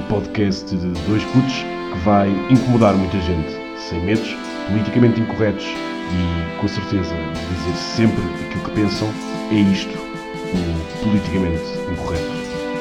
podcast de dois putos que vai incomodar muita gente, sem medos, politicamente incorretos e com a certeza de dizer sempre aquilo que pensam. É isto, o politicamente incorreto.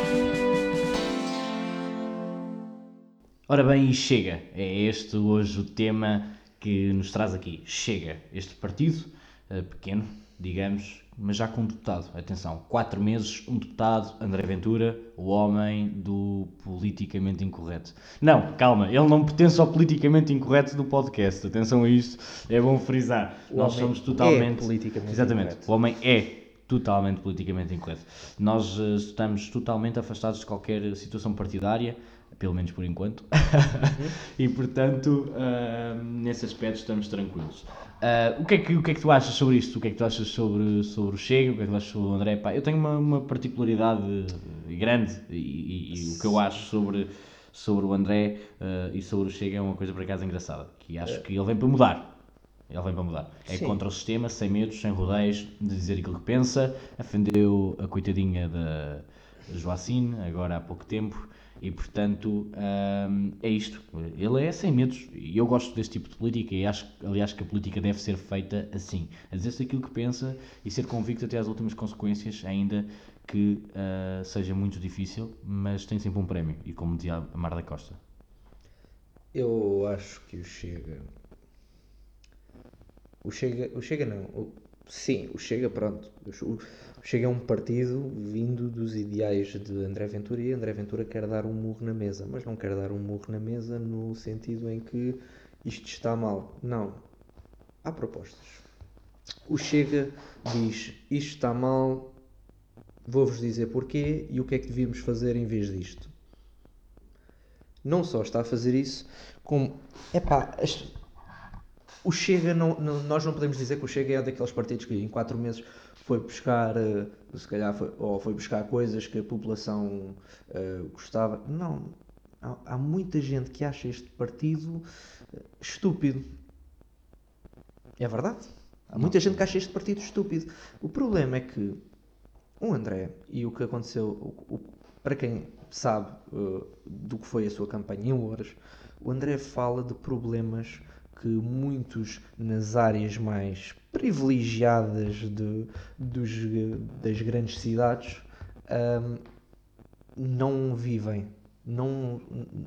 Ora bem, e chega. É este hoje o tema que nos traz aqui. Chega. Este partido, pequeno, digamos, mas já com um deputado. Atenção, 4 meses, um deputado, André Ventura, o homem do politicamente incorreto. Não, calma, ele não pertence ao politicamente incorreto do podcast. Atenção a isto, é bom frisar. Nós somos totalmente... politicamente Exatamente, incorreto. o homem é totalmente politicamente incorreto. Nós estamos totalmente afastados de qualquer situação partidária, pelo menos por enquanto, e portanto, nesse aspecto estamos tranquilos. O que é que tu achas sobre isto? O que é que tu achas sobre o Chega? O que é que tu achas sobre o André? Pá, eu tenho uma particularidade grande e o que eu acho sobre o André e sobre o Chega é uma coisa por acaso engraçada, que acho que ele vem para mudar. Ele vem para mudar. É Sim. contra o sistema, sem medos, sem rodeios, de dizer aquilo que pensa. Ofendeu a coitadinha da Joacine, agora há pouco tempo. E, portanto, é isto. Ele é sem medos. E eu gosto deste tipo de política. E acho, aliás, que a política deve ser feita assim. A dizer-se aquilo que pensa e ser convicto até às últimas consequências, ainda que seja muito difícil. Mas tem sempre um prémio. E como dizia a Mar da Costa. Eu acho que o Chega não. Sim, o Chega, pronto. O Chega é um partido vindo dos ideais de André Ventura e André Ventura quer dar um murro na mesa, mas não quer dar um murro na mesa no sentido em que isto está mal. Não. Há propostas. O Chega diz isto está mal, vou-vos dizer porquê e o que é que devíamos fazer em vez disto. Não só está a fazer isso, como... O Chega, nós não podemos dizer que o Chega é daqueles partidos que em 4 meses foi buscar, se calhar, foi buscar coisas que a população gostava. Não. Há muita gente que acha este partido estúpido. É verdade. Há muita gente que acha este partido estúpido. O problema é que o André e o que aconteceu, para quem sabe do que foi a sua campanha em Louras, o André fala de problemas que muitos nas áreas mais privilegiadas das grandes cidades não vivem. Não,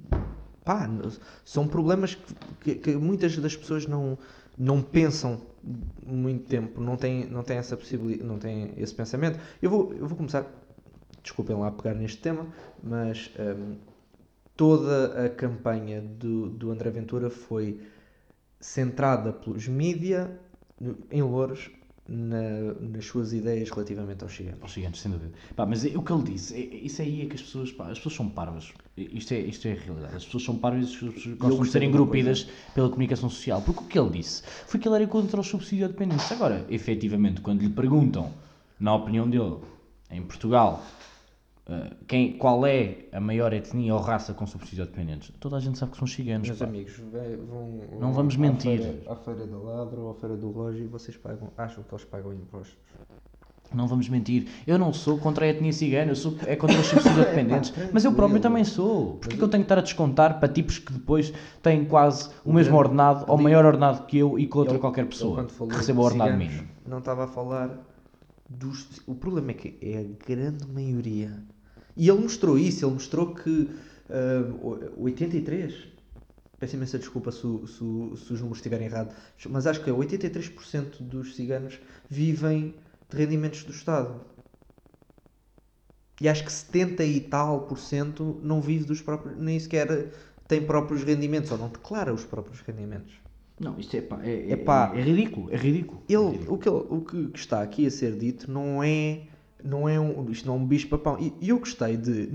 são problemas que muitas das pessoas não pensam muito tempo, não têm essa possibilidade, não têm esse pensamento. Eu vou começar, desculpem lá pegar neste tema, mas toda a campanha do André Ventura foi centrada pelos mídia em Louros nas suas ideias relativamente aos ciganos. Aos gigantes, sem dúvida. Pá, mas o que ele disse, isso aí é que as pessoas são parvas. Isto é a realidade. As pessoas são parvas e as pessoas gostam de ser engrupidas pela comunicação social. Porque o que ele disse foi que ele era contra os subsídio-dependentes. Agora, efetivamente, quando lhe perguntam, na opinião dele, em Portugal, qual é a maior etnia ou raça com subsídio-dependentes? Toda a gente sabe que são os ciganos. Meus Pá. amigos, vão Não vamos mentir. à feira da Ladra ou à feira do Relógio e vocês acham que eles pagam impostos. Não vamos mentir. Eu não sou contra a etnia cigana, é contra os subsídio-dependentes. Mas eu próprio também sou. Porquê que eu tenho que estar a descontar para tipos que depois têm quase o mesmo ordenado ou maior ordenado que eu e que outra qualquer pessoa que receba o ordenado mínimo? Não estava a falar dos... O problema é que é a grande maioria. E ele mostrou isso. Ele mostrou que 83... Peço imensa desculpa se os números estiverem errados, mas acho que 83% dos ciganos vivem de rendimentos do Estado. E acho que 70 e tal por cento não vive dos próprios, nem sequer tem próprios rendimentos, ou não declara os próprios rendimentos. Não, isto é ridículo. É ridículo. O que está aqui a ser dito isto não é um bicho-papão. E eu gostei de,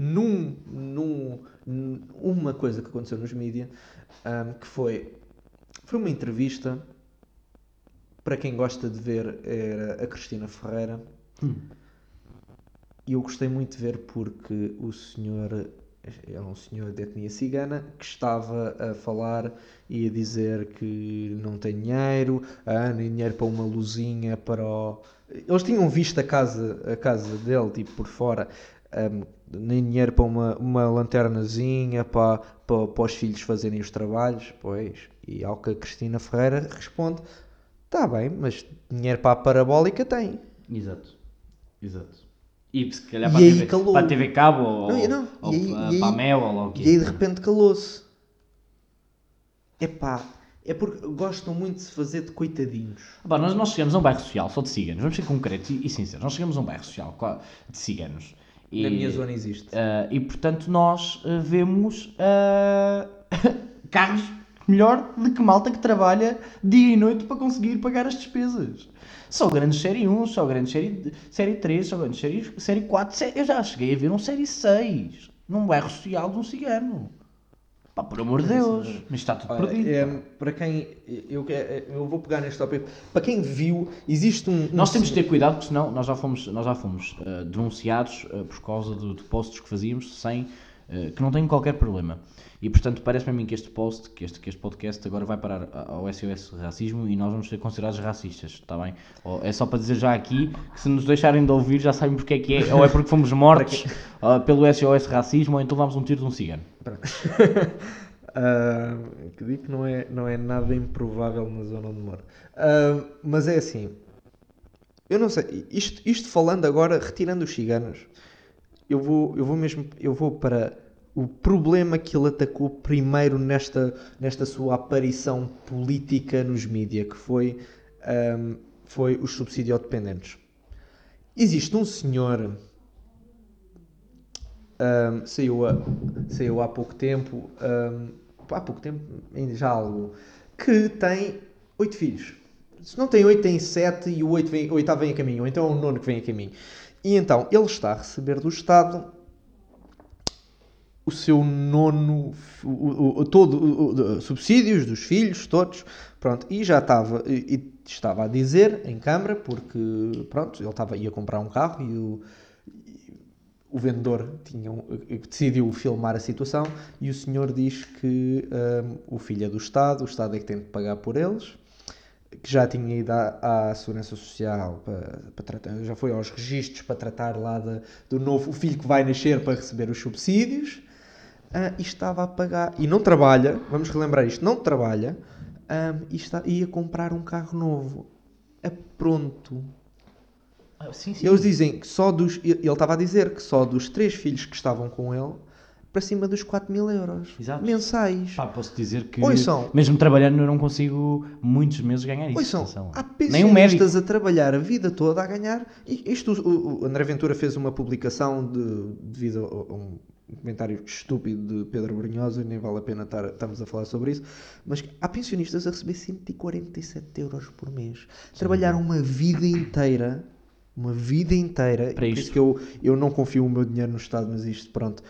uma coisa que aconteceu nos mídias, que foi uma entrevista, para quem gosta de ver, era a Cristina Ferreira. E eu gostei muito de ver porque o senhor é um senhor de etnia cigana que estava a falar e a dizer que não tem dinheiro, nem dinheiro para uma luzinha para o... Eles tinham visto a casa dele, tipo, por fora, nem dinheiro para uma lanternazinha, para os filhos fazerem os trabalhos. Pois, e ao que a Cristina Ferreira responde: está bem, mas dinheiro para a parabólica tem. Exato. E se calhar E para, aí TV, calou. para a TV Cabo ou, Não, ou e aí- para a Mel ou lá o quê. E aí de repente calou-se. Epá, é porque gostam muito de se fazer de coitadinhos. Pá, nós chegamos a um bairro social só de ciganos, vamos ser concretos e sinceros, nós chegamos a um bairro social de ciganos. E, Na minha zona existe. e portanto nós vemos carros melhor do que malta que trabalha dia e noite para conseguir pagar as despesas. Só grandes série 1, só grandes série 3, só grandes série 4, eu já cheguei a ver um série 6 num bairro social de um cigano. Pá, por amor de Deus, mas está tudo perdido. Para quem. Eu vou pegar neste tópico. Para quem viu, existe um. Nós temos de ter cuidado, porque senão nós já fomos denunciados por causa de posts que fazíamos sem, que não têm qualquer problema. E portanto parece-me a mim que este podcast agora vai parar ao SOS Racismo e nós vamos ser considerados racistas, está bem? É só para dizer já aqui que se nos deixarem de ouvir já sabem porque é, ou é porque fomos mortos pelo SOS Racismo ou então vamos um tiro de um cigano. Que digo que não é nada improvável na zona onde moro. Mas é assim, eu não sei, isto falando agora, retirando os ciganos, eu vou para o problema que ele atacou primeiro nesta sua aparição política nos mídias, que foi os subsidiodependentes. Existe um senhor, saiu há pouco tempo, já algo, que tem 8 filhos. Se não tem 8, tem 7 e o 8º vem a caminho, ou então é o 9º que vem a caminho. E então ele está a receber do Estado o seu 9º, subsídios dos filhos, todos, pronto, e já estava a dizer em Câmara, porque, pronto, ia comprar um carro e o vendedor decidiu filmar a situação e o senhor diz que o filho é do Estado, o Estado é que tem de pagar por eles, que já tinha ido à Segurança Social para tratar, já foi aos registros para tratar lá do novo filho que vai nascer para receber os subsídios, e estava a pagar, e não trabalha, vamos relembrar isto, não trabalha, ia comprar um carro novo. Pronto. Sim. Eles dizem que ele estava a dizer que só dos 3 filhos que estavam com ele, para cima dos 4.000 euros. Exato. Mensais. Pá, posso dizer que mesmo trabalhando eu não consigo muitos meses ganhar isso. Há Nem um médico pensionistas a trabalhar a vida toda a ganhar. O André Ventura fez uma publicação devido a um comentário estúpido de Pedro Brunhosa, e nem vale a pena estarmos a falar sobre isso, mas há pensionistas a receber 147 euros por mês. Trabalharam uma vida inteira para por isso que eu não confio o meu dinheiro no Estado, mas isto, pronto,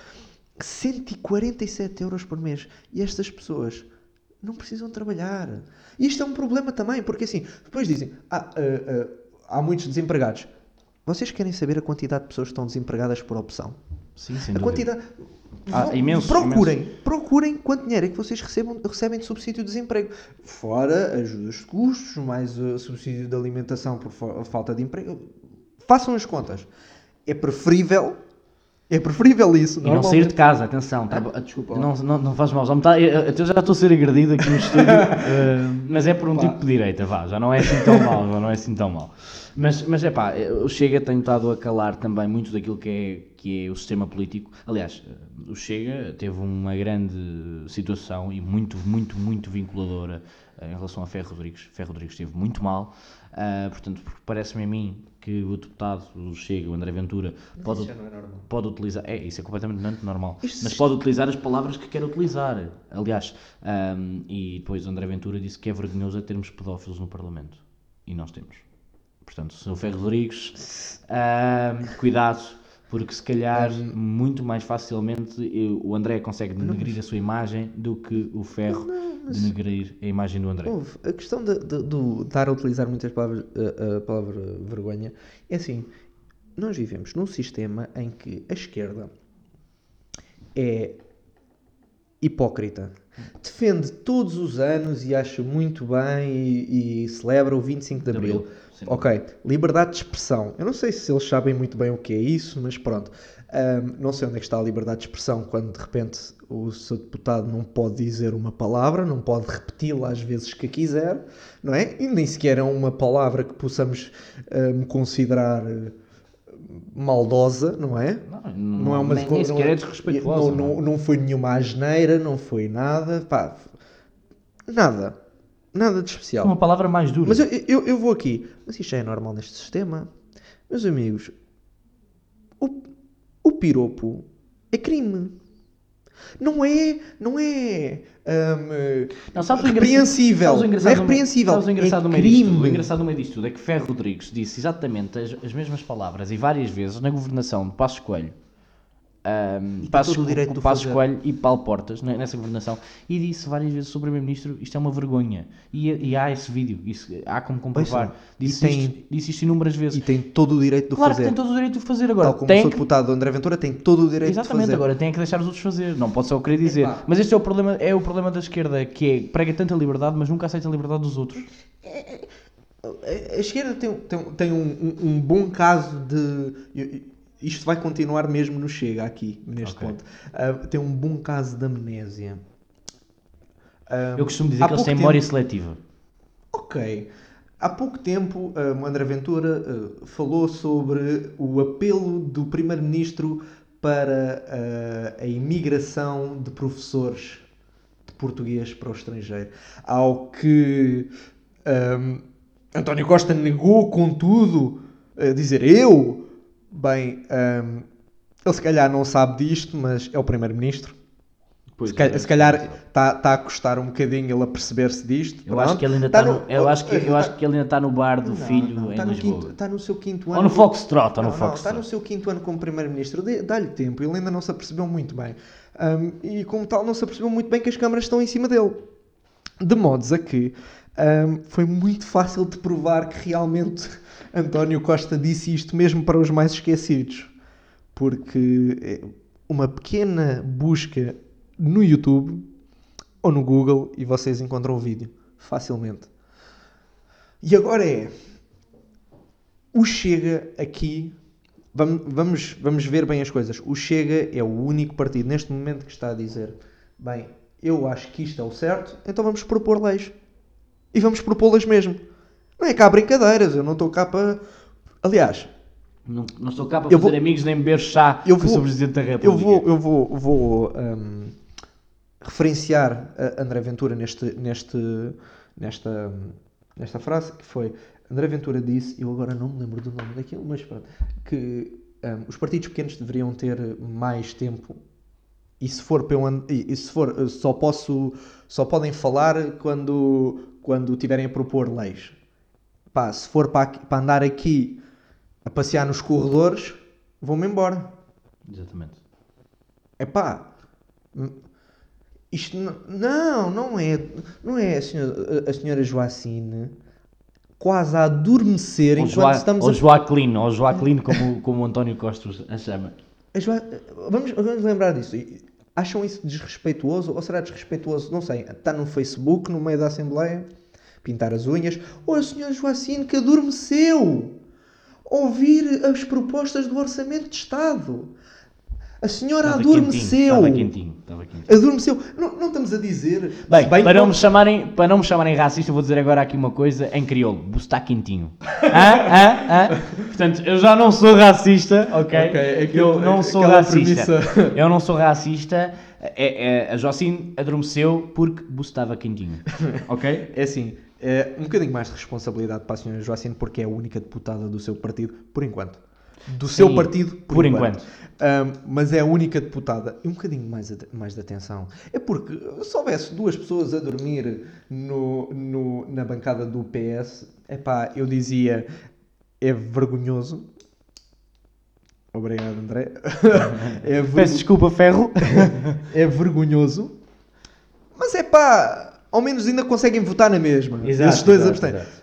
147 euros por mês, e estas pessoas não precisam trabalhar. E isto é um problema também, porque assim, depois dizem, há muitos desempregados. Vocês querem saber a quantidade de pessoas que estão desempregadas por opção? Sim, sem a dúvida. quantidade. Imenso, procurem quanto dinheiro é que vocês recebem de subsídio de desemprego. Fora ajudas de custos, mais subsídio de alimentação por falta de emprego. Façam as contas. É preferível isso. E não sair de casa, atenção. Desculpa. Não faz mal. Eu já estou a ser agredido aqui no estúdio, mas é por um tipo de direita, já não é assim tão mal. Mas é pá, o Chega tem estado a calar também muito daquilo que é o sistema político. Aliás, o Chega teve uma grande situação e muito vinculadora em relação a Ferro Rodrigues. Ferro Rodrigues esteve muito mal, portanto, parece-me a mim que o deputado do Chega, o André Ventura, pode utilizar... Isso é completamente normal. Mas pode utilizar as palavras que quer utilizar. Aliás, e depois o André Ventura disse que é vergonhoso termos pedófilos no Parlamento. E nós temos. Portanto, Sr. Ferro Rodrigues, cuidado, porque se calhar muito mais facilmente o André consegue denegrir a sua imagem do que o Ferro denegrir a imagem do André. A questão de estar a utilizar muitas palavras, a palavra vergonha, é assim, nós vivemos num sistema em que a esquerda é hipócrita. Defende todos os anos e acha muito bem e celebra o 25 de Abril. Sim. Ok, liberdade de expressão. Eu não sei se eles sabem muito bem o que é isso, mas pronto. Não sei onde é que está a liberdade de expressão quando de repente o seu deputado não pode dizer uma palavra, não pode repeti-la às vezes que quiser, não é? E nem sequer é uma palavra que possamos considerar maldosa, não é? Não é uma nem sequer é desrespeituosa. não foi nenhuma asneira, não foi nada, pá, nada de especial. Uma palavra mais dura. Mas eu vou aqui, mas isto já é normal neste sistema, meus amigos. O piropo é crime. Não é repreensível. Não é repreensível. Sabes o engraçado é no meio disto crime. tudo? O engraçado no meio disto tudo é que Ferro Rodrigues disse exatamente as mesmas palavras e várias vezes na governação de Passos Coelho. todo o direito de Passos fazer. Coelho e Paulo Portas nessa governação e disse várias vezes sobre o Primeiro-Ministro isto é uma vergonha e há esse vídeo, há como comprovar. Disse isto inúmeras vezes E tem todo o direito de o claro fazer. que tem todo o direito de o fazer agora. Tal como o seu deputado André Ventura tem todo o direito Exatamente, de fazer. agora tem que deixar os outros fazer, não pode só querer dizer. Epá. Mas este é o problema da esquerda, que é prega tanta liberdade, mas nunca aceita a liberdade dos outros. A esquerda tem um bom caso de... Isto vai continuar mesmo no Chega aqui, neste Ok. ponto. Tem um bom caso de amnésia. Eu costumo dizer há que eles têm pouco memória tempo- seletiva. Ok. Há pouco tempo, o André Ventura falou sobre o apelo do Primeiro-Ministro para a imigração de professores de português para o estrangeiro. Ao que António Costa negou, contudo, dizer eu... Bem, ele se calhar não sabe disto, mas é o Primeiro-Ministro. Se calhar está a custar um bocadinho ele a perceber-se disto. Eu acho que ele ainda está no, eu acho que ele ainda está no bar do filho em Lisboa. Está no seu quinto ano. Ou no Foxtrot, Está no seu quinto ano como Primeiro-Ministro. Dá-lhe tempo. Ele ainda não se apercebeu muito bem. E como tal, não se apercebeu muito bem que as câmaras estão em cima dele. De modos a que foi muito fácil de provar que realmente António Costa disse isto mesmo para os mais esquecidos. Porque uma pequena busca no YouTube ou no Google e vocês encontram o vídeo facilmente. E agora o Chega aqui, vamos ver bem as coisas. O Chega é o único partido neste momento que está a dizer, bem, eu acho que isto é o certo, então vamos propor leis. E vamos propô-las mesmo. Não é cá brincadeiras, eu não estou cá para... Aliás... Não estou cá para fazer amigos nem beber chá com o Sr. Presidente da República. Eu vou referenciar a André Ventura nesta frase, que foi... André Ventura disse, eu agora não me lembro do nome daquilo, mas pronto, que os partidos pequenos deveriam ter mais tempo e se for só podem falar quando tiverem a propor leis. Pá, se for para andar aqui a passear nos corredores, vou-me embora. Exatamente. Epá, isto não é a senhora Joacine quase a adormecer enquanto estamos ou Joaquim, como o António Costa a chama. Vamos lembrar disso. Acham isso desrespeituoso? Ou será desrespeituoso? Não sei. Está no Facebook, no meio da Assembleia, pintar as unhas. Ou a senhora Joacine que adormeceu ouvir as propostas do Orçamento de Estado. A senhora adormeceu. Estava quentinho. Adormeceu. Não estamos a dizer... Bem, para não me chamarem racista, eu vou dizer agora aqui uma coisa em crioulo. Está quentinho. Portanto, eu já não sou racista, ok? Eu não sou racista. Eu não sou racista. A Joacine adormeceu porque estava quentinho. Ok? É assim, um bocadinho mais de responsabilidade para a senhora Joacine, porque é a única deputada do seu partido, por enquanto. Seu partido, por enquanto. Mas é a única deputada. E um bocadinho mais de atenção. É porque se houvesse duas pessoas a dormir na bancada do PS, eu dizia, é vergonhoso. Obrigado, André. Peço desculpa, Ferro. É vergonhoso. Mas ao menos ainda conseguem votar na mesma. Exato, esses dois exato, abstêm. exato.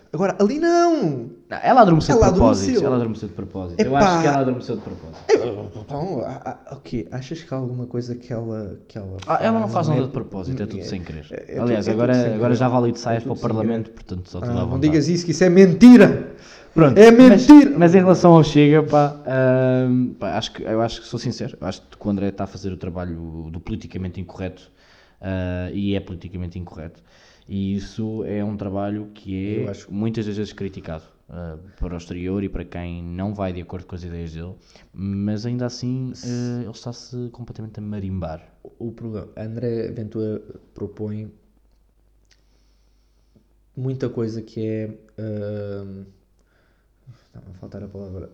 Agora, ali não! Não, ela adormeceu de Ela propósito. adormeceu. Ela adormeceu de propósito. Eu Epá. acho que ela adormeceu de propósito. Então, ok, achas que há alguma coisa que ela Ela não faz nada é- de propósito, é tudo sem querer. é Aliás, tudo agora, sem agora querer. já vale de É saias para tudo o sem Parlamento, querer. portanto só tudo à vontade. Não digas isso, que isso é mentira! Pronto, É mentira! Mas em relação ao Chega, pá, eu acho que sou sincero, eu acho que o André está a fazer o trabalho do politicamente incorreto, e é politicamente incorreto. E isso é um trabalho que Eu é acho. muitas das vezes criticado para o exterior e para quem não vai de acordo com as ideias dele, mas ainda assim ele está-se completamente a marimbar. O problema, André Ventura propõe muita coisa que é. Está a faltar a palavra.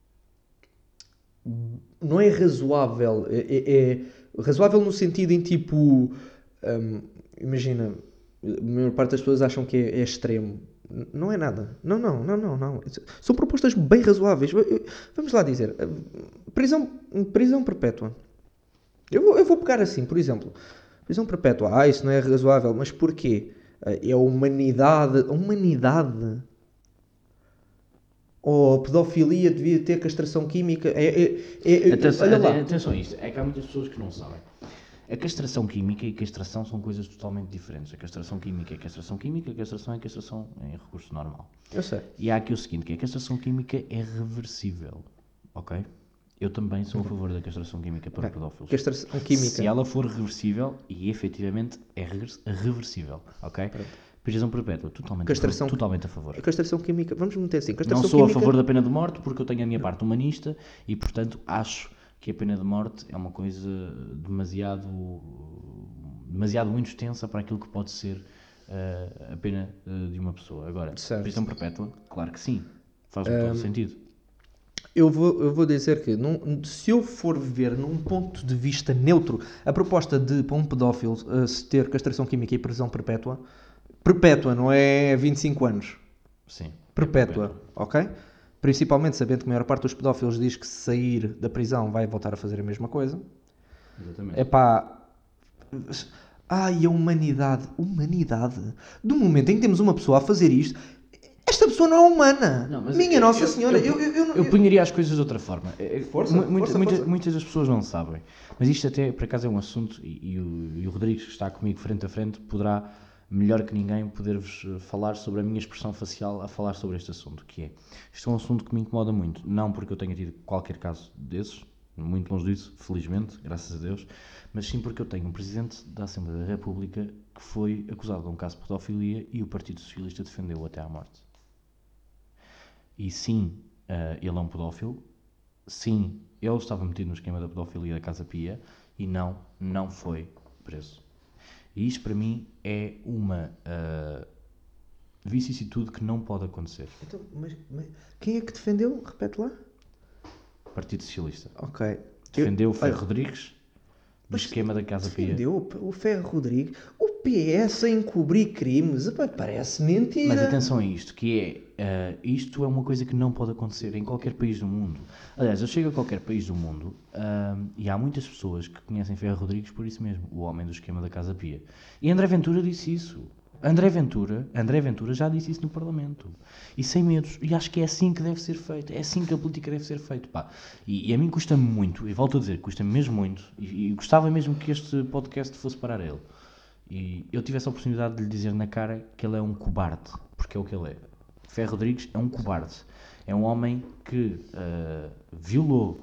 Não é razoável. É razoável no sentido em tipo. Imagina, a maior parte das pessoas acham que é extremo. Não é nada. Não. São propostas bem razoáveis. Vamos lá dizer. Prisão perpétua. Eu vou pegar assim, por exemplo. Prisão perpétua. Ah, isso não é razoável. Mas porquê? É a humanidade. A humanidade? Ou a pedofilia devia ter castração química? Olha lá. Atenção a isto, é que há muitas pessoas que não sabem. A castração química e castração são coisas totalmente diferentes. A castração química é castração química, a castração é castração em recurso normal. Eu sei. E há aqui o seguinte, que a castração química é reversível, ok? Eu também sou a favor da castração química para pedófilos. Castração química. Se ela for reversível, e efetivamente é reversível, ok? Prisão perpétua, totalmente a favor. A castração química, vamos meter assim, Não castração sou química. a favor da pena de morte porque eu tenho a minha parte humanista e, portanto, acho que a pena de morte é uma coisa demasiado muito extensa para aquilo que pode ser a pena de uma pessoa. Agora, Certo. prisão perpétua, claro que sim, faz todo sentido. Eu vou dizer que, se eu for ver num ponto de vista neutro, a proposta de, para um pedófilo, se ter castração química e prisão perpétua, não é 25 anos. Sim. Perpétua, ok? Principalmente sabendo que a maior parte dos pedófilos diz que se sair da prisão vai voltar a fazer a mesma coisa. Exatamente. Epá. Ai, a humanidade. Do momento em que temos uma pessoa a fazer isto, esta pessoa não é humana. Não, mas Minha Nossa Senhora. Eu punharia as coisas de outra forma. Força. Muitas das pessoas não sabem. Mas isto até, por acaso, é um assunto, e o Rodrigues, que está comigo frente a frente, poderá, melhor que ninguém, poder-vos falar sobre a minha expressão facial a falar sobre este assunto, que é, isto é um assunto que me incomoda muito. Não porque eu tenha tido qualquer caso desses, muito longe disso, felizmente, graças a Deus, mas sim porque eu tenho um Presidente da Assembleia da República que foi acusado de um caso de pedofilia e o Partido Socialista defendeu até à morte. E sim, ele é um pedófilo, sim, ele estava metido no esquema da pedofilia da Casa Pia e não foi preso. E isto para mim é uma vicissitude que não pode acontecer. Então, mas quem é que defendeu? Repete lá. Partido Socialista. Ok. Defendeu o Ferro Rodrigues do Mas esquema da Casa Pia. defendeu o Ferro Rodrigues. O PS a encobrir crimes. Epá, parece mentira. Mas atenção a isto, que é, isto é uma coisa que não pode acontecer em qualquer país do mundo. Aliás, eu chego a qualquer país do mundo e há muitas pessoas que conhecem Ferro Rodrigues por isso mesmo, o homem do esquema da Casa Pia. E André Ventura disse isso. André Ventura já disse isso no Parlamento. E sem medos. E acho que é assim que deve ser feito. É assim que a política deve ser feita. Pá. E a mim custa-me muito, e volto a dizer, custa-me mesmo muito, e gostava mesmo que este podcast fosse parar a ele. E eu tive essa oportunidade de lhe dizer na cara que ele é um cobarde, porque é o que ele é. Ferro Rodrigues é um cobarde. É um homem que violou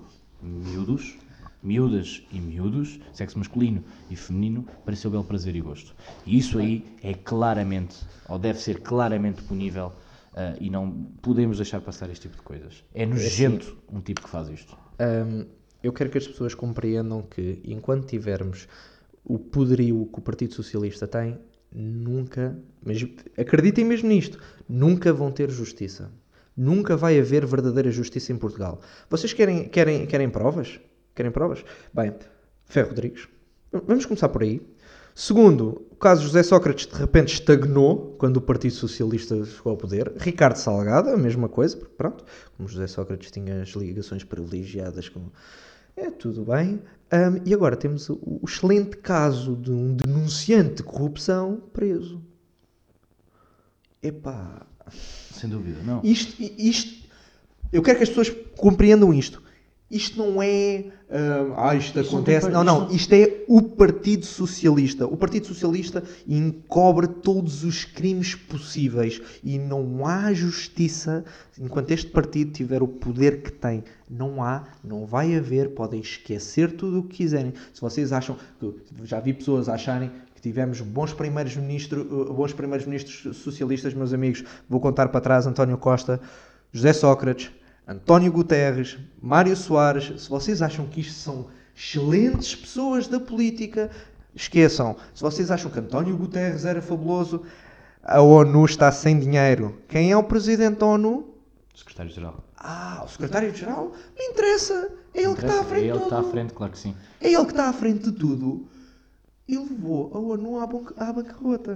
miúdas e miúdos, sexo masculino e feminino, para seu belo prazer e gosto. E isso aí é claramente, ou deve ser claramente punível, e não podemos deixar passar este tipo de coisas. É nojento um tipo que faz isto. Eu quero que as pessoas compreendam que, enquanto tivermos o poderio que o Partido Socialista tem, nunca, mas acreditem mesmo nisto, nunca vão ter justiça. Nunca vai haver verdadeira justiça em Portugal. Vocês querem provas? Querem provas? Bem, Ferro Rodrigues. Vamos começar por aí. Segundo, o caso José Sócrates de repente estagnou quando o Partido Socialista chegou ao poder. Ricardo Salgado, a mesma coisa, porque pronto, como José Sócrates tinha as ligações privilegiadas com... tudo bem. E agora temos o excelente caso de um denunciante de corrupção preso. Epá, Sem dúvida, não. isto, eu quero que as pessoas compreendam isto. Isto não é. Isto Isto não acontece. tem Não, não. Isto é o Partido Socialista. O Partido Socialista encobre todos os crimes possíveis. E não há justiça enquanto este partido tiver o poder que tem. Não há, não vai haver. Podem esquecer tudo o que quiserem. Se vocês acham. Já vi pessoas acharem que tivemos bons primeiros-ministros socialistas, meus amigos. Vou contar para trás: António Costa, José Sócrates, António Guterres, Mário Soares. Se vocês acham que isto são excelentes pessoas da política, esqueçam. Se vocês acham que António Guterres era fabuloso, a ONU está sem dinheiro. Quem é o presidente da ONU? Secretário-Geral. O secretário-geral? Não interessa. É ele que está à frente de É ele que está à tudo. frente, claro que sim. É ele que está à frente de tudo. E levou a ONU à bancarrota.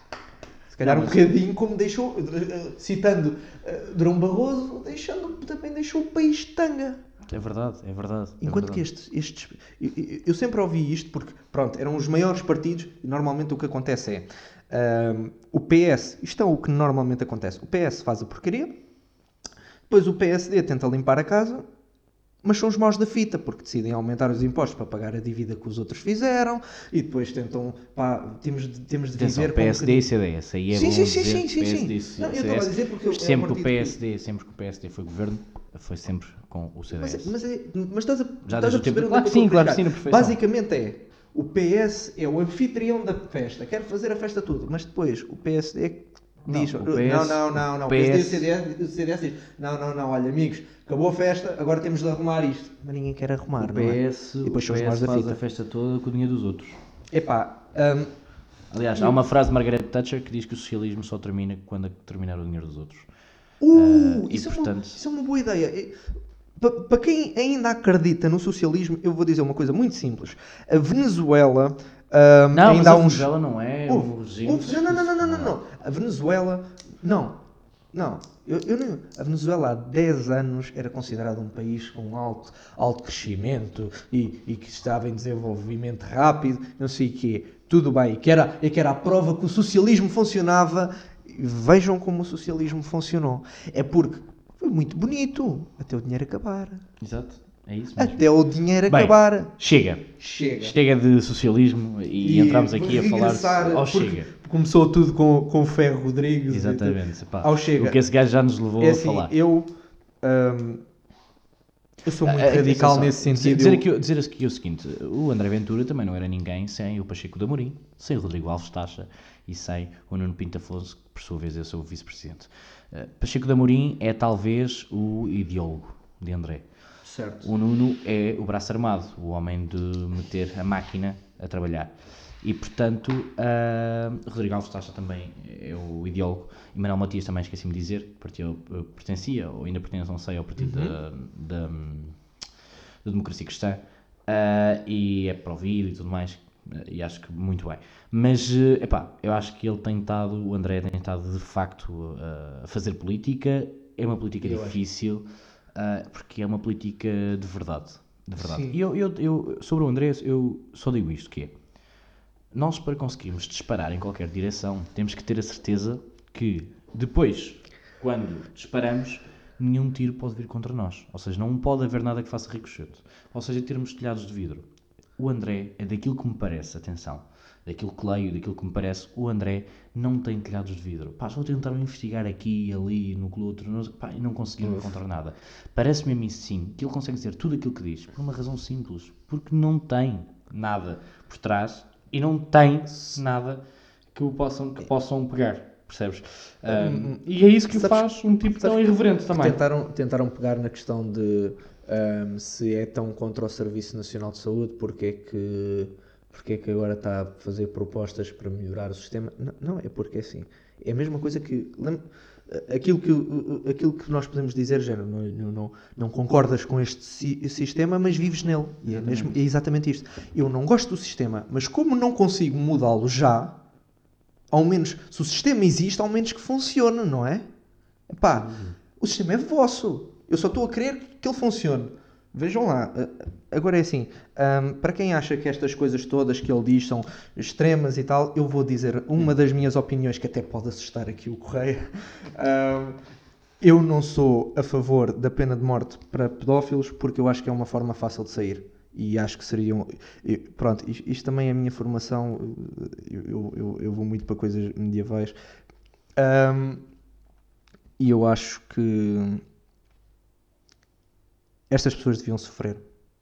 Se calhar um bocadinho como deixou, citando Durão Barroso, também deixou o país de tanga. É verdade, é verdade. Enquanto que eu sempre ouvi isto porque, pronto, eram os maiores partidos e normalmente o que acontece é o PS, isto é o que normalmente acontece, o PS faz a porcaria, depois o PSD tenta limpar a casa, mas são os maus da fita, porque decidem aumentar os impostos para pagar a dívida que os outros fizeram e depois tentam, temos de Atenção, viver PSD e CDS, aí é bom dizer sim. PSD e Não, eu estava a CDS. dizer porque Sempre que o PSD foi governo, foi sempre com o CDS. Mas estás a, Já estás desde a o tempo- perceber claro onde que sim, eu claro que quero sim, na chegar? perfeição. Basicamente o PS é o anfitrião da festa, quer fazer a festa toda, mas depois o PSD é que diz, Não, o PS não, o PSD e o CDS diz, não, olha amigos, acabou a festa, agora temos de arrumar isto. Mas ninguém quer arrumar, O não é? PS, E depois o são os maus PS da faz fita. a festa toda com o dinheiro dos outros. Epá, Aliás, há uma frase de Margaret Thatcher que diz que o socialismo só termina quando terminar o dinheiro dos outros. E isso, portanto- isso é uma boa ideia. Para quem ainda acredita no socialismo, eu vou dizer uma coisa muito simples. A Venezuela Não, ainda mas há a uns... Venezuela não é um regime... Não. A Venezuela... Não. A Venezuela há 10 anos era considerada um país com alto crescimento e que estava em desenvolvimento rápido, não sei o quê. Tudo bem. E que era a prova que o socialismo funcionava. Vejam como o socialismo funcionou. É porque foi muito bonito até o dinheiro acabar. Exato, é isso mesmo. Até o dinheiro Bem, acabar. Chega de socialismo e entramos aqui a falar ao Chega. Começou tudo com Ferro Rodrigues. Exatamente. Ao Chega. O que esse gajo já nos levou É a assim, falar. eu sou muito radical Atenção, nesse sentido. Dizer aqui o seguinte, o André Ventura também não era ninguém sem o Pacheco de Amorim, sem o Rodrigo Alves Taxa e sem o Nuno Pinto Afonso, que por sua vez eu sou o vice-presidente. Pacheco de Amorim é talvez o ideólogo de André. Certo. O Nuno é o braço armado, o homem de meter a máquina a trabalhar. E, portanto, Rodrigo Alves Taxa também é o ideólogo. E Manuel Matias também, esqueci-me de dizer, pertencia, ou ainda pertence, não sei, ao partido da Democracia Cristã. E é provido e tudo mais. E acho que muito bem. Mas, eu acho que o André tem estado, de facto, a fazer política. É uma política difícil, porque é uma política de verdade. Sim. E eu, sobre o André, eu só digo isto, que é, nós, para conseguirmos disparar em qualquer direção, temos que ter a certeza que depois, quando disparamos, nenhum tiro pode vir contra nós. Ou seja, não pode haver nada que faça ricochete. Ou seja, termos telhados de vidro. O André é daquilo que me parece, atenção, daquilo que leio, daquilo que me parece, o André não tem telhados de vidro. Só tentaram investigar aqui, ali, no outro, e não conseguiram encontrar nada. Parece-me a mim, sim, que ele consegue dizer tudo aquilo que diz, por uma razão simples, porque não tem nada por trás e não tem nada que possam pegar, percebes? E é isso que o faz um tipo tão irreverente também. Tentaram pegar na questão de se é tão contra o Serviço Nacional de Saúde, porque é que agora está a fazer propostas para melhorar o sistema. Não, é porque é assim. É a mesma coisa que... Aquilo que nós podemos dizer, não concordas com este sistema, mas vives nele. E é exatamente isto. Eu não gosto do sistema, mas como não consigo mudá-lo já, ao menos, se o sistema existe, ao menos que funcione, não é? O sistema é vosso. Eu só estou a querer que ele funcione. Vejam lá, agora é assim, para quem acha que estas coisas todas que ele diz são extremas e tal, eu vou dizer uma das minhas opiniões, que até pode assustar aqui o Correia. Eu não sou a favor da pena de morte para pedófilos, porque eu acho que é uma forma fácil de sair. E acho que seriam... Pronto, isto também é a minha formação, eu vou muito para coisas medievais. E eu acho que estas pessoas deviam sofrer.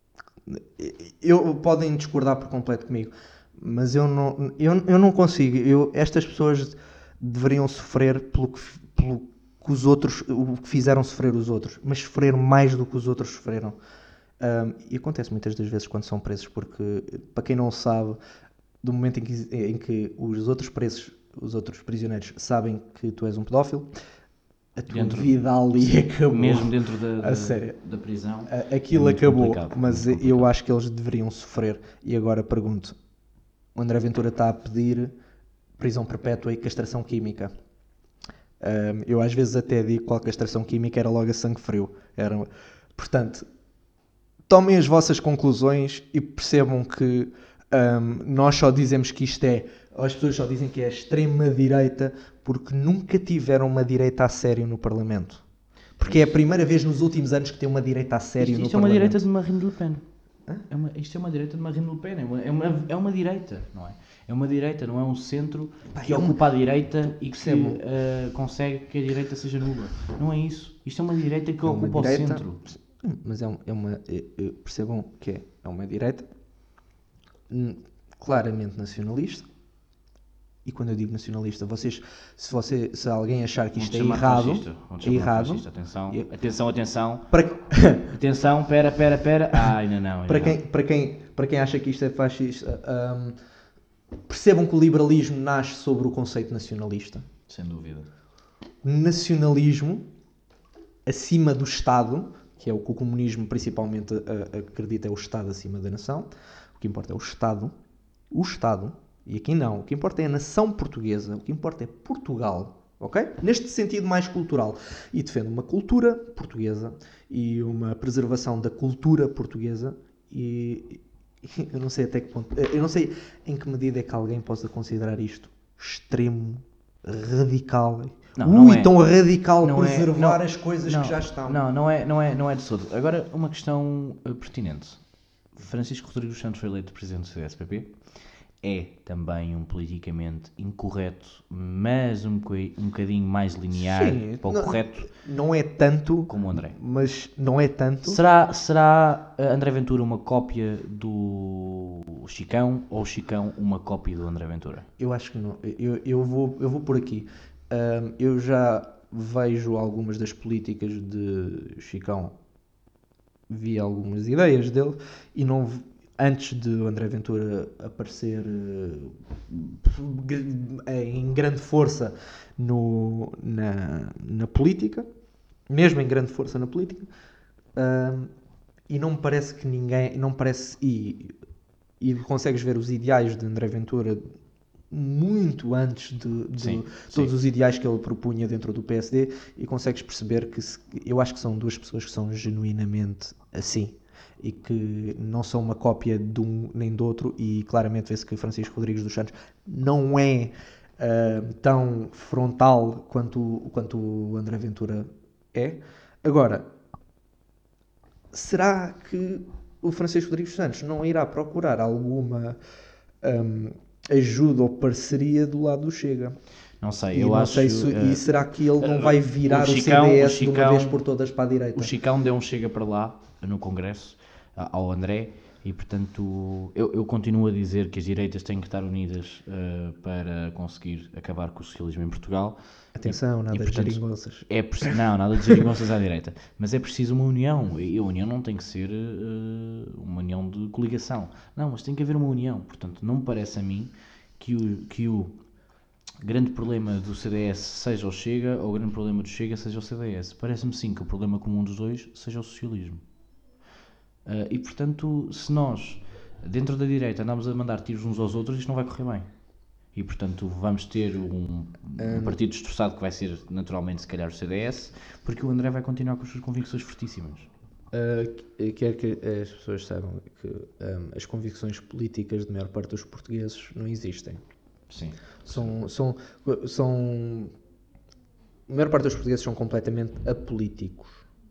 Podem discordar por completo comigo, mas eu não consigo. Estas pessoas deveriam sofrer pelo que os outros, o que fizeram sofrer os outros, mas sofrer mais do que os outros sofreram. E acontece muitas das vezes quando são presos, porque, para quem não sabe, do momento em que os outros presos, os outros prisioneiros sabem que tu és um pedófilo, a tua vida ali acabou. Mesmo dentro da prisão. Aquilo acabou, mas eu acho que eles deveriam sofrer. E agora pergunto, o André Ventura está a pedir prisão perpétua e castração química. Eu às vezes até digo que a castração química era logo a sangue frio. Portanto, tomem as vossas conclusões e percebam que nós só dizemos que isto é... As pessoas só dizem que é extrema-direita porque nunca tiveram uma direita a sério no Parlamento. Porque é a primeira vez nos últimos anos que tem uma direita a sério no Parlamento. Isto é uma direita de Marine Le Pen. Isto é uma direita de Marine Le Pen. É uma direita, não é? É uma direita, não é um centro que ocupa a direita e que consegue que a direita seja nula. Não é isso. Isto é uma direita que ocupa o centro. Mas percebam que é uma direita claramente nacionalista. E quando eu digo nacionalista, se alguém achar que isto é errado, Atenção. Atenção, pera. Ainda não. Para quem acha que isto é fascista, percebam que o liberalismo nasce sobre o conceito nacionalista. Sem dúvida. Nacionalismo acima do Estado, que é o que o comunismo principalmente acredita, é o Estado acima da nação. O que importa é o Estado. E aqui não, o que importa é a nação portuguesa, o que importa é Portugal, ok? Neste sentido mais cultural. E defende uma cultura portuguesa e uma preservação da cultura portuguesa e eu não sei até que ponto, eu não sei em que medida é que alguém possa considerar isto extremo, radical. Tão radical preservar as coisas que já estão. Não é de todo. Agora, uma questão pertinente. Francisco Rodrigues Santos foi eleito presidente do CDS-PP. É também um politicamente incorreto, mas um bocadinho mais linear para o correto. Não é tanto como o André. Mas não é tanto. Será André Ventura uma cópia do Chicão ou o Chicão uma cópia do André Ventura? Eu acho que não. Eu vou por aqui. Eu já vejo algumas das políticas de Chicão, vi algumas ideias dele e não... Antes de André Ventura aparecer em grande força na política, mesmo em grande força na política, e não me parece que ninguém, e consegues ver os ideais de André Ventura muito antes de todos os ideais que ele propunha dentro do PSD, e consegues perceber que eu acho que são duas pessoas que são genuinamente assim. E que não são uma cópia de um nem do outro, e claramente vê-se que Francisco Rodrigues dos Santos não é tão frontal quanto o André Ventura é. Agora, será que o Francisco Rodrigues dos Santos não irá procurar alguma ajuda ou parceria do lado do Chega? Não sei, e será que ele não vai virar o CDS de uma vez por todas para a direita? O Chicão deu um Chega para lá, no Congresso, ao André, e portanto eu continuo a dizer que as direitas têm que estar unidas para conseguir acabar com o socialismo em Portugal. Atenção, nada de geringonças. Não, nada de geringonças à direita, mas é preciso uma união, e a união não tem que ser uma união de coligação, não, mas tem que haver uma união. Portanto, não me parece a mim que o grande problema do CDS seja o Chega, ou o grande problema do Chega seja o CDS. Parece-me sim que o problema comum dos dois seja o socialismo. E portanto, se nós, dentro da direita, andamos a mandar tiros uns aos outros, isto não vai correr bem. E portanto, vamos ter um partido destroçado que vai ser naturalmente, se calhar, o CDS, porque o André vai continuar com as suas convicções fortíssimas. quero que as pessoas saibam que as convicções políticas da maior parte dos portugueses não existem. Sim. São, a maior parte dos portugueses são completamente apolíticos.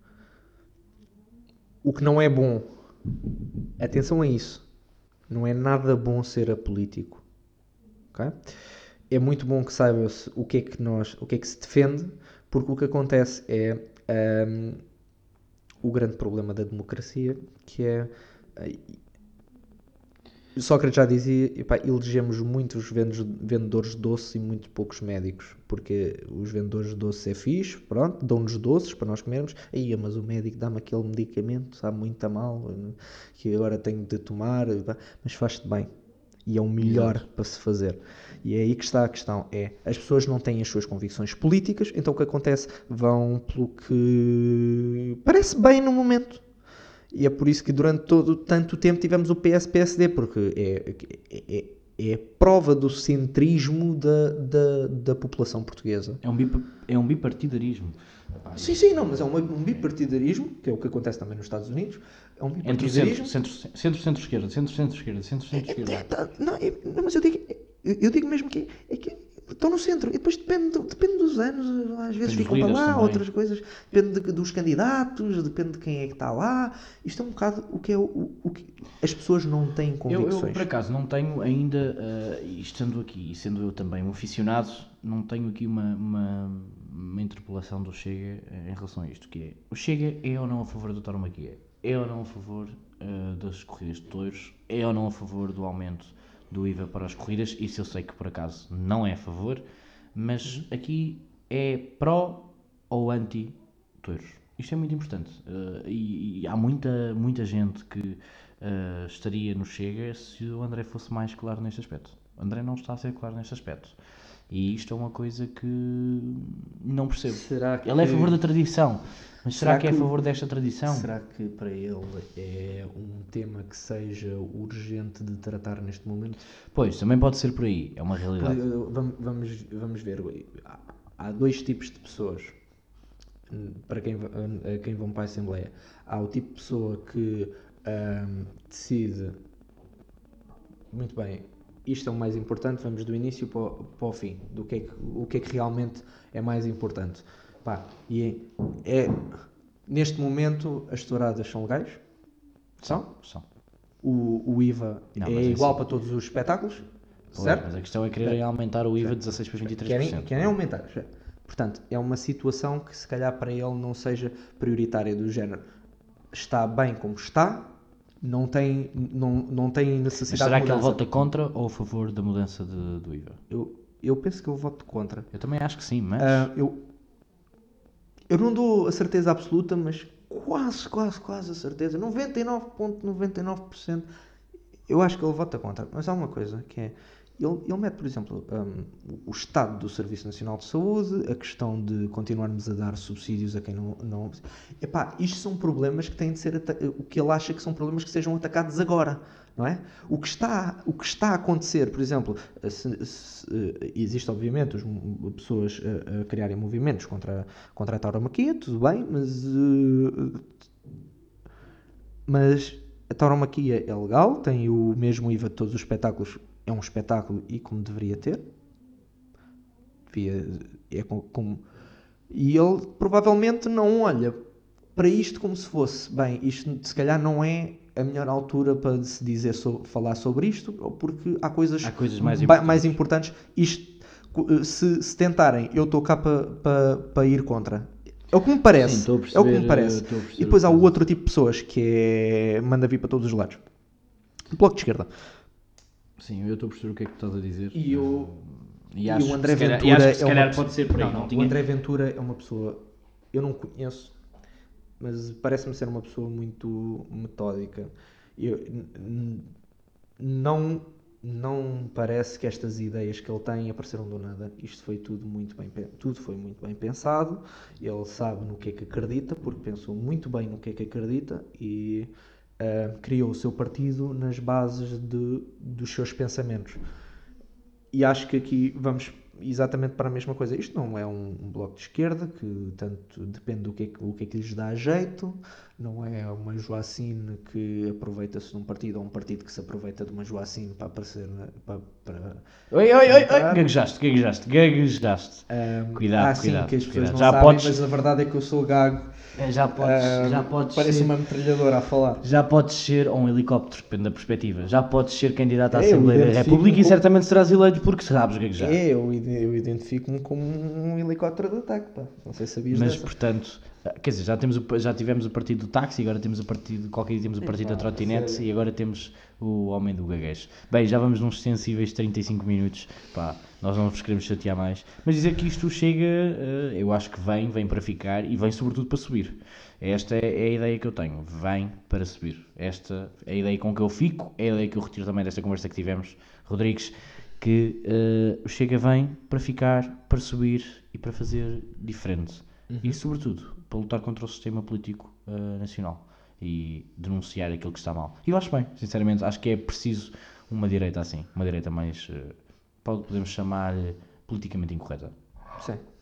O que não é bom. Atenção a isso. Não é nada bom ser apolítico. Okay? É muito bom que saiba-se o que é que se defende, porque o que acontece é o grande problema da democracia, que é Sócrates já dizia, epá, elegemos muitos vendedores de doces e muito poucos médicos, porque os vendedores de doces é fixe, pronto, dão-nos doces para nós comermos, aí, mas o médico dá-me aquele medicamento, sabe muito a mal, que agora tenho de tomar, mas faz-te bem. E é o melhor para se fazer. E é aí que está a questão. As pessoas não têm as suas convicções políticas, então o que acontece? Vão pelo que parece bem no momento. E é por isso que durante tanto tempo tivemos o PS-PSD, porque é prova do centrismo da população portuguesa. É um bipartidarismo. Sim, não, mas é um bipartidarismo, que é o que acontece também nos Estados Unidos. É um Entre o bipartidarismo. centro-esquerda, centro-esquerda. Não, mas eu digo mesmo que estão no centro. E depois depende dos anos. Às vezes ficam para lá, também. outras coisas. Depende dos candidatos, depende de quem é que está lá. Isto é um bocado o que as pessoas não têm convicções. Eu, por acaso, não tenho ainda, estando aqui e sendo eu também um aficionado, não tenho aqui uma interpelação do Chega em relação a isto, que é, o Chega é ou não a favor da tauromaquia? É ou não a favor das corridas de touros? É ou não a favor do aumento do IVA para as corridas? Isso eu sei que, por acaso, não é a favor, mas aqui é pró ou anti-touros. Isto é muito importante. E há muita gente que estaria no Chega se o André fosse mais claro neste aspecto. O André não está a ser claro neste aspecto. E isto é uma coisa que não percebo. Ele é a favor da tradição, mas será que é a favor desta tradição? Será que para ele é um tema que seja urgente de tratar neste momento? Pois, também pode ser por aí, é uma realidade. Vamos ver. Há dois tipos de pessoas para quem vão para a Assembleia. Há o tipo de pessoa que decide, muito bem, isto é o mais importante, vamos do início para o fim, o que é que realmente é mais importante. Neste momento as touradas são legais? São? O IVA Não, é igual para todos os espetáculos? Certo? Mas a questão é quererem aumentar o IVA de 16% para 23%. Querem aumentar. Portanto, é uma situação que se calhar para ele não seja prioritária, do género. Está bem como está, não tem necessidade Mas será de mudança. que ele vota contra ou a favor da mudança do IVA? Eu penso que ele voto contra. Eu também acho que sim, mas... Eu não dou a certeza absoluta, mas quase a certeza. 99,99%. Eu acho que ele vota contra. Mas há uma coisa que é... Ele mete, por exemplo, o estado do Serviço Nacional de Saúde, a questão de continuarmos a dar subsídios a quem não... Isto são problemas que têm de ser... O que ele acha que são problemas que sejam atacados agora, não é? O que está a acontecer, por exemplo, existe obviamente pessoas a criarem movimentos contra a tauromaquia, tudo bem, mas a tauromaquia é legal, tem o mesmo IVA de todos os espetáculos. É um espetáculo e como deveria ter. E ele provavelmente não olha para isto como se fosse, bem, isto se calhar não é a melhor altura para se dizer falar sobre isto, porque há coisas mais importantes. Isto, se tentarem, eu estou cá para ir contra. É o que me parece. Sim, é o que me parece. E depois há o outro tipo de pessoas que é manda vir para todos os lados. Bloco de esquerda. Sim, eu estou a perceber o que é que tu estás a dizer. E o André Ventura pode ser por aí. O André Ventura é uma pessoa, eu não conheço, mas parece-me ser uma pessoa muito metódica. Não parece que estas ideias que ele tem apareceram do nada. Isto foi tudo foi muito bem pensado. Ele sabe no que é que acredita, porque pensou muito bem no que é que acredita e criou o seu partido nas bases dos seus pensamentos. E acho que aqui vamos exatamente para a mesma coisa. Isto não é um bloco de esquerda, que tanto depende do que é que lhes dá jeito. não é uma Joacine que aproveita-se de um partido ou um partido que se aproveita de uma Joacine para aparecer, para Oi, gaguejaste. há Cuidado, sim cuidado. que as pessoas cuidado. não Já sabem, podes, mas a verdade é que eu sou gago. já podes Parece ser, uma metralhadora a falar. já podes ser ou um helicóptero, depende da perspectiva. Já podes ser candidato à Eu Assembleia da identifico-me República e como- certamente serás eleito porque sabes gaguejar. Eu identifico-me como um helicóptero de ataque, pá. Não sei se sabias Mas, dessa. portanto, quer dizer, já tivemos o partido do táxi, agora temos o partido, qualquer dia temos o partido da trotinete sério. e agora temos o homem do gaguejo. Bem, já vamos nos sensíveis 35 minutos, pá, nós não vos queremos chatear mais. Mas dizer que isto chega, eu acho que vem para ficar e vem sobretudo para subir. Esta é a ideia que eu tenho, vem para subir. Esta é a ideia com que eu fico, é a ideia que eu retiro também desta conversa que tivemos, Rodrigues, que o Chega vem para ficar, para subir e para fazer diferente. E, sobretudo, para lutar contra o sistema político nacional e denunciar aquilo que está mal. E eu acho bem, sinceramente, acho que é preciso uma direita assim, uma direita mais, podemos chamar, politicamente incorreta. Sim.